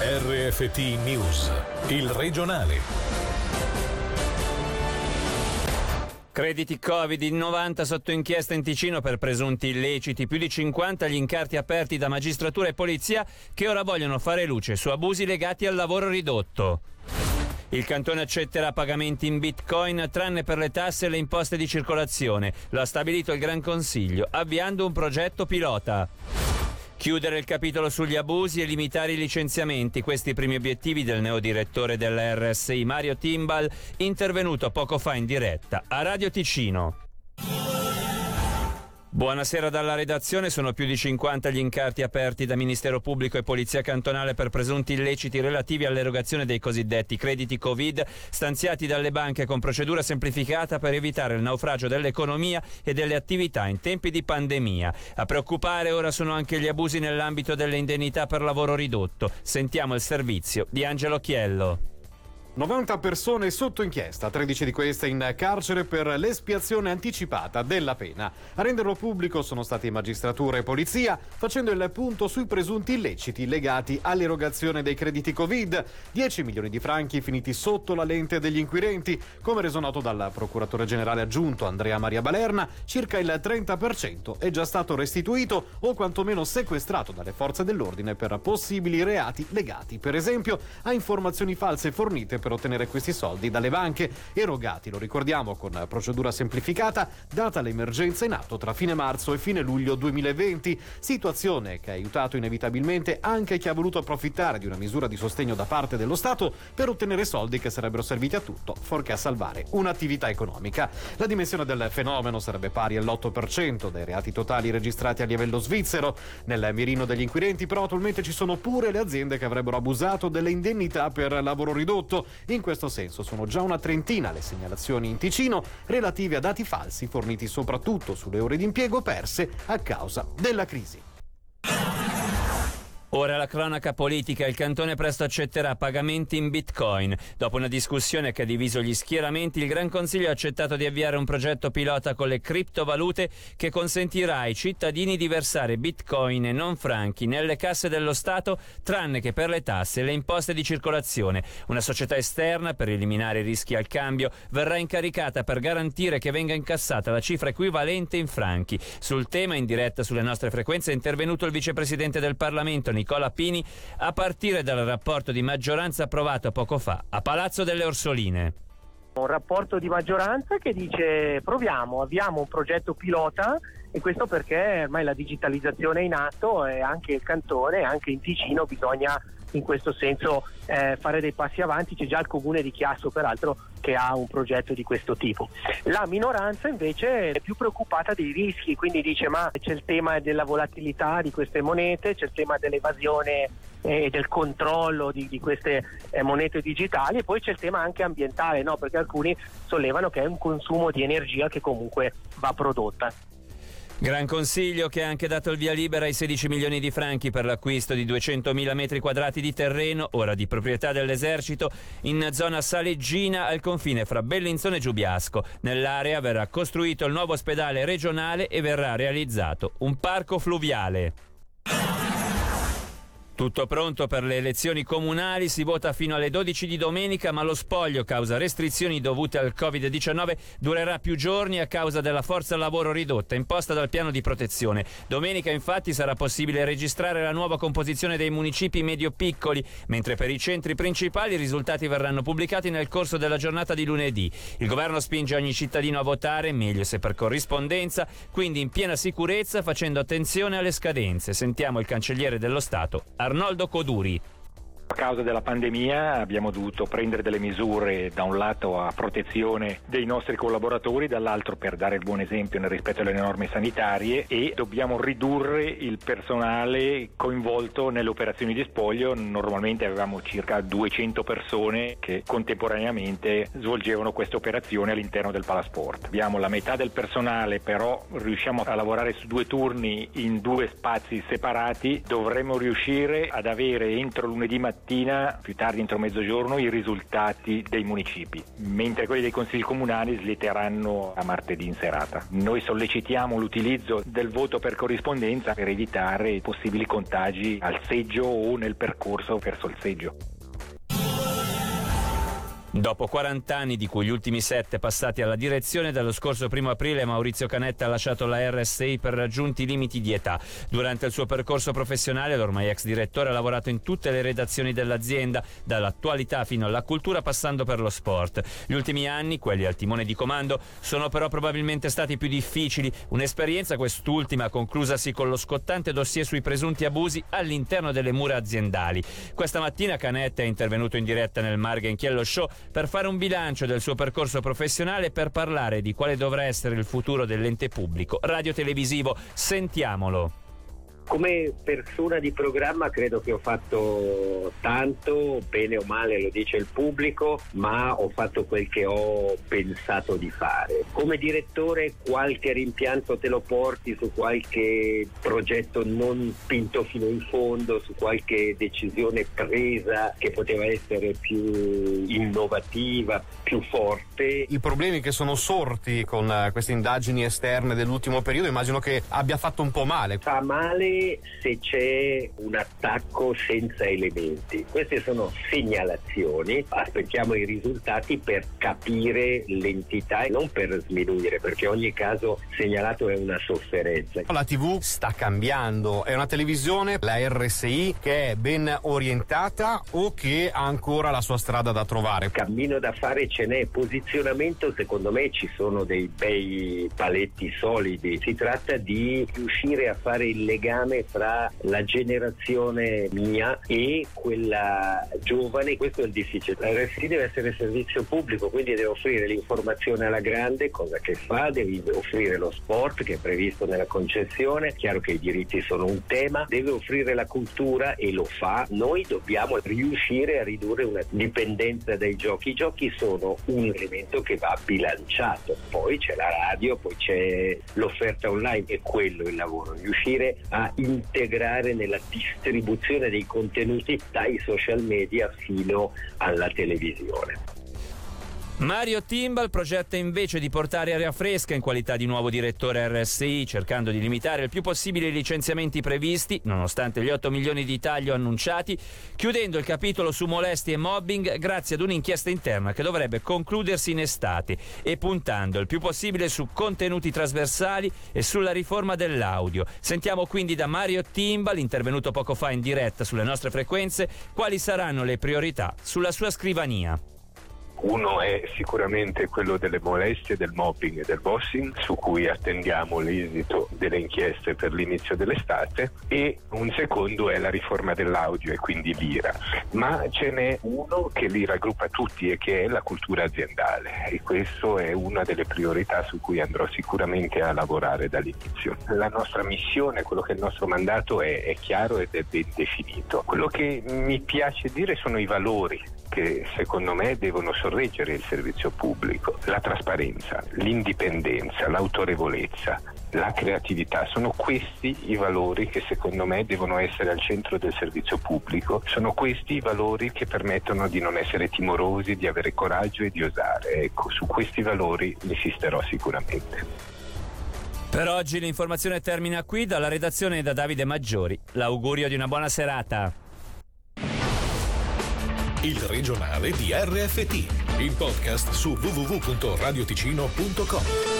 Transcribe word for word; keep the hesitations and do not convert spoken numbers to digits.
R F T News, il regionale. Crediti Covid, in novanta sotto inchiesta in Ticino per presunti illeciti, più di cinquanta gli incarti aperti da magistratura e polizia che ora vogliono fare luce su abusi legati al lavoro ridotto. Il cantone accetterà pagamenti in bitcoin tranne per le tasse e le imposte di circolazione. Lo ha stabilito il Gran Consiglio, avviando un progetto pilota. Chiudere il capitolo sugli abusi e limitare i licenziamenti, questi i primi obiettivi del neodirettore della R S I Mario Timbal, intervenuto poco fa in diretta a Radio Ticino. Buonasera dalla redazione. Sono più di cinquanta gli incarti aperti da Ministero Pubblico e Polizia Cantonale per presunti illeciti relativi all'erogazione dei cosiddetti crediti Covid stanziati dalle banche con procedura semplificata per evitare il naufragio dell'economia e delle attività in tempi di pandemia. A preoccupare ora sono anche gli abusi nell'ambito delle indennità per lavoro ridotto. Sentiamo il servizio di Angelo Chiello. novanta persone sotto inchiesta, tredici di queste in carcere per l'espiazione anticipata della pena. A renderlo pubblico sono stati magistratura e polizia, facendo il punto sui presunti illeciti legati all'erogazione dei crediti Covid. dieci milioni di franchi finiti sotto la lente degli inquirenti. Come reso noto dal procuratore generale aggiunto Andrea Maria Balerna, circa il trenta per cento è già stato restituito o quantomeno sequestrato dalle forze dell'ordine per possibili reati legati, per esempio, a informazioni false fornite per ottenere questi soldi dalle banche, erogati, lo ricordiamo, con procedura semplificata data l'emergenza in atto tra fine marzo e fine luglio duemilaventi, situazione che ha aiutato inevitabilmente anche chi ha voluto approfittare di una misura di sostegno da parte dello Stato per ottenere soldi che sarebbero serviti a tutto, fuorché a salvare un'attività economica. La dimensione del fenomeno sarebbe pari all'otto per cento dei reati totali registrati a livello svizzero. Nel mirino degli inquirenti però attualmente ci sono pure le aziende che avrebbero abusato delle indennità per lavoro ridotto. In questo senso sono già una trentina le segnalazioni in Ticino relative a dati falsi forniti soprattutto sulle ore di impiego perse a causa della crisi. Ora la cronaca politica. Il cantone presto accetterà pagamenti in bitcoin. Dopo una discussione che ha diviso gli schieramenti, il Gran Consiglio ha accettato di avviare un progetto pilota con le criptovalute che consentirà ai cittadini di versare bitcoin e non franchi nelle casse dello Stato, tranne che per le tasse e le imposte di circolazione. Una società esterna, per eliminare i rischi al cambio, verrà incaricata per garantire che venga incassata la cifra equivalente in franchi. Sul tema, in diretta sulle nostre frequenze, è intervenuto il vicepresidente del Parlamento Nicola Pini, a partire dal rapporto di maggioranza approvato poco fa a Palazzo delle Orsoline. Un rapporto di maggioranza che dice proviamo, avviamo un progetto pilota, e questo perché ormai la digitalizzazione è in atto e anche il cantone, anche in Ticino bisogna in questo senso eh, fare dei passi avanti. C'è già il comune di Chiasso peraltro che ha un progetto di questo tipo. La minoranza invece è più preoccupata dei rischi, quindi dice ma c'è il tema della volatilità di queste monete, c'è il tema dell'evasione e del controllo di, di queste eh, monete digitali, e poi c'è il tema anche ambientale, no? Perché alcuni sollevano che è un consumo di energia che comunque va prodotta. Gran Consiglio che ha anche dato il via libera ai sedici milioni di franchi per l'acquisto di duecentomila metri quadrati di terreno, ora di proprietà dell'esercito, in zona Saleggina al confine fra Bellinzona e Giubiasco. Nell'area verrà costruito il nuovo ospedale regionale e verrà realizzato un parco fluviale. Tutto pronto per le elezioni comunali, si vota fino alle dodici di domenica, ma lo spoglio, causa restrizioni dovute al covid diciannove, durerà più giorni a causa della forza lavoro ridotta imposta dal piano di protezione. Domenica infatti sarà possibile registrare la nuova composizione dei municipi medio-piccoli, mentre per i centri principali i risultati verranno pubblicati nel corso della giornata di lunedì. Il governo spinge ogni cittadino a votare, meglio se per corrispondenza, quindi in piena sicurezza, facendo attenzione alle scadenze. Sentiamo il cancelliere dello Stato, Arnoldo Coduri. A causa della pandemia abbiamo dovuto prendere delle misure, da un lato a protezione dei nostri collaboratori, dall'altro per dare il buon esempio nel rispetto alle norme sanitarie, e dobbiamo ridurre il personale coinvolto nelle operazioni di spoglio. Normalmente avevamo circa duecento persone che contemporaneamente svolgevano questa operazione all'interno del Palasport. Abbiamo la metà del personale, però riusciamo a lavorare su due turni in due spazi separati. Dovremmo riuscire ad avere entro lunedì mattina mattina, più tardi entro mezzogiorno, i risultati dei municipi, mentre quelli dei consigli comunali slitteranno a martedì in serata. Noi sollecitiamo l'utilizzo del voto per corrispondenza per evitare possibili contagi al seggio o nel percorso verso il seggio. Dopo quaranta anni, di cui gli ultimi sette passati alla direzione, dallo scorso primo aprile Maurizio Canetta ha lasciato la R S I per raggiunti limiti di età. Durante il suo percorso professionale, l'ormai ex direttore ha lavorato in tutte le redazioni dell'azienda, dall'attualità fino alla cultura passando per lo sport. Gli ultimi anni, quelli al timone di comando, sono però probabilmente stati più difficili, un'esperienza quest'ultima conclusasi con lo scottante dossier sui presunti abusi all'interno delle mura aziendali. Questa mattina Canetta è intervenuto in diretta nel Marghen Chiello Show per fare un bilancio del suo percorso professionale e per parlare di quale dovrà essere il futuro dell'ente pubblico radiotelevisivo. Sentiamolo. Come persona di programma credo che ho fatto tanto, bene o male lo dice il pubblico, ma ho fatto quel che ho pensato di fare. Come direttore qualche rimpianto te lo porti su qualche progetto non spinto fino in fondo, su qualche decisione presa che poteva essere più innovativa, più forte. I problemi che sono sorti con uh, queste indagini esterne dell'ultimo periodo immagino che abbia fatto un po' male. Fa male se c'è un attacco senza elementi. Queste sono segnalazioni, aspettiamo i risultati per capire l'entità e non per sminuire, perché ogni caso segnalato è una sofferenza. La tivù sta cambiando, è una televisione, la R S I, che è ben orientata o che ha ancora la sua strada da trovare? Cammino da fare ce n'è. Posizionamento, secondo me ci sono dei bei paletti solidi. Si tratta di riuscire a fare il legame fra la generazione mia e quella giovane. Questo è il difficile. La R S I deve essere servizio pubblico, quindi deve offrire l'informazione alla grande, cosa che fa, deve offrire lo sport che è previsto nella concessione, è chiaro che i diritti sono un tema, deve offrire la cultura e lo fa. Noi dobbiamo riuscire a ridurre una dipendenza dai giochi. I giochi sono un elemento che va bilanciato, poi c'è la radio, poi c'è l'offerta online, e quello è il lavoro, riuscire a integrare nella distribuzione dei contenuti dai social media fino alla televisione. Mario Timbal progetta invece di portare aria fresca in qualità di nuovo direttore R S I, cercando di limitare il più possibile i licenziamenti previsti, nonostante gli otto milioni di taglio annunciati, chiudendo il capitolo su molestie e mobbing grazie ad un'inchiesta interna che dovrebbe concludersi in estate, e puntando il più possibile su contenuti trasversali e sulla riforma dell'audio. Sentiamo quindi da Mario Timbal, intervenuto poco fa in diretta sulle nostre frequenze, quali saranno le priorità sulla sua scrivania. Uno è sicuramente quello delle molestie, del mobbing e del bossing, su cui attendiamo l'esito delle inchieste per l'inizio dell'estate, e un secondo è la riforma dell'audio e quindi l'I R A. Ma ce n'è uno che li raggruppa tutti e che è la cultura aziendale, e questo è una delle priorità su cui andrò sicuramente a lavorare dall'inizio. La nostra missione, quello che è il nostro mandato è, è chiaro ed è ben definito. Quello che mi piace dire sono i valori che secondo me devono sorreggere il servizio pubblico: la trasparenza, l'indipendenza, l'autorevolezza, la creatività. Sono questi i valori che secondo me devono essere al centro del servizio pubblico, sono questi i valori che permettono di non essere timorosi, di avere coraggio e di osare. Ecco, su questi valori insisterò sicuramente. Per oggi l'informazione termina qui. Dalla redazione da Davide Maggiori l'augurio di una buona serata. Il regionale di R F T, il podcast su w w w punto radioticino punto com.